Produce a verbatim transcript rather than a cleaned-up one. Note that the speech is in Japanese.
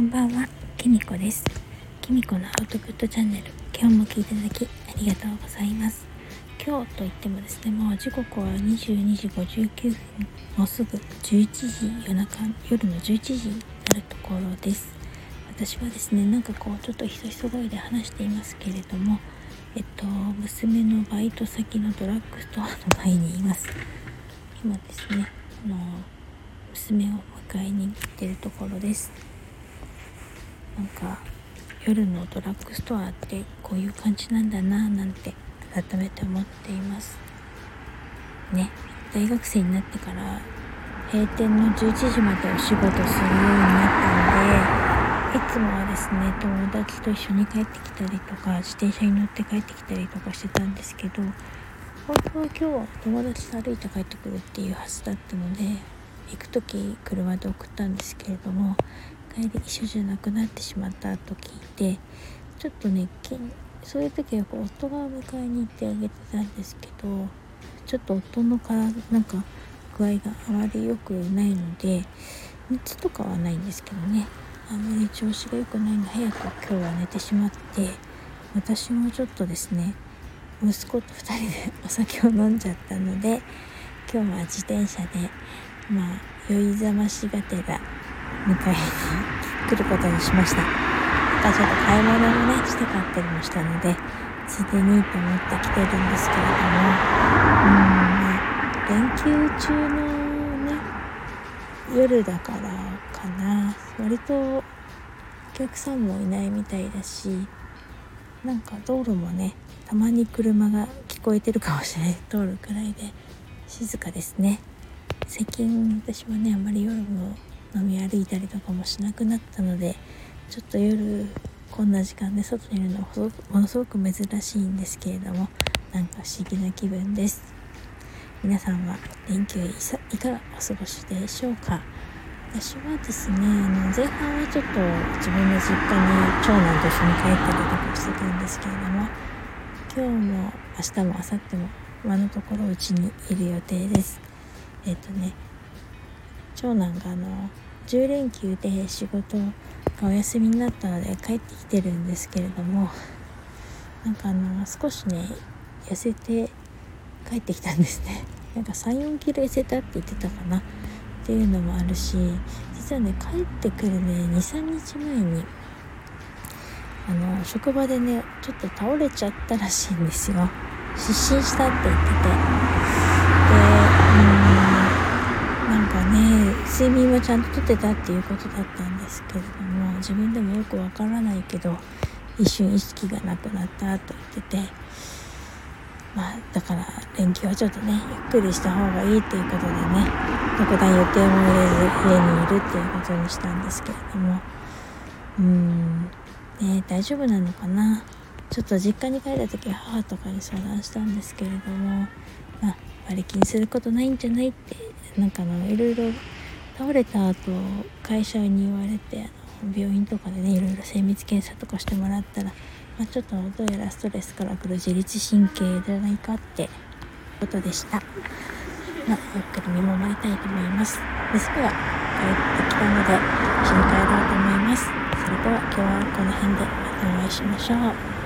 んばんは、きみこです。きみこのアウトプットチャンネル、今日も聞いていただきありがとうございます。今日といってもですね、もう時刻はにじゅうにじごじゅうきゅうふん、もうすぐじゅういちじ、夜中夜のじゅういちじになるところです。私はですね、なんかこうちょっとひそひそ声で話していますけれども、えっと娘のバイト先のドラッグストアの前にいます。今ですね、あの娘を迎えに行っているところです。なんか夜のドラッグストアってこういう感じなんだなぁなんて改めて思っていますね。大学生になってから閉店のじゅういちじまでお仕事するようになったので、いつもはですね、友達と一緒に帰ってきたりとか、自転車に乗って帰ってきたりとかしてたんですけど、本当は今日は友達と歩いて帰ってくるっていうはずだったので、行く時車で送ったんですけれども、帰り一緒じゃなくなってしまったと聞いて、ちょっとね、そういう時はこう夫が迎えに行ってあげてたんですけど、ちょっと夫の体なんか具合があまり良くないので、熱とかはないんですけどね、あまり調子が良くないので早く今日は寝てしまって、私もちょっとですね、息子とふたりでお酒を飲んじゃったので、今日は自転車でまあ酔いざましがてら迎えに来ることにしました。またちょっと買い物もねしてかったりもしたので、ついでにと思って来てるんですけれども、うーん、まあ、連休中のね夜だからかな、割とお客さんもいないみたいだし、なんか道路もねたまに車が聞こえてるかもしれない、通るくらいで静かですね。最近私はねあまり夜も飲み歩いたりとかもしなくなったので、ちょっと夜こんな時間で外にいるのはものすごく珍しいんですけれども、なんか不思議な気分です。皆さんは連休いかがお過ごしでしょうか。私はですね、あの前半はちょっと自分の実家に長男と一緒に帰ったりとかしてたんですけれども、今日も明日も明後日も今のところうちにいる予定です。えっとね長男があのじゅう連休で仕事がお休みになったので帰ってきてるんですけれども、なんかあの少しね痩せて帰ってきたんですね。なんか さん,よん キロ痩せたって言ってたかなっていうのもあるし、実はね帰ってくるね に,さん 日前にあの職場でねちょっと倒れちゃったらしいんですよ。失神したって言ってて、でうーんなんかね睡眠はちゃんととってたっていうことだったんですけれども、自分でもよくわからないけど一瞬意識がなくなったと言ってて、まあだから連休はちょっとねゆっくりした方がいいっていうことでね、特段予定も入れず家にいるっていうことにしたんですけれども、うーんね大丈夫なのかな。ちょっと実家に帰った時は母とかに相談したんですけれども、まああれ気にすることないんじゃないって、なんかのいろいろ倒れた後会社に言われて、あの病院とかでねいろいろ精密検査とかしてもらったら、まあ、ちょっとどうやらストレスから来る自律神経じゃないかってことでした。まあゆっくり見守りたいと思います。娘は帰ってきたので一緒に帰ろうと思います。それでは今日はこの辺でまたお会いしましょう。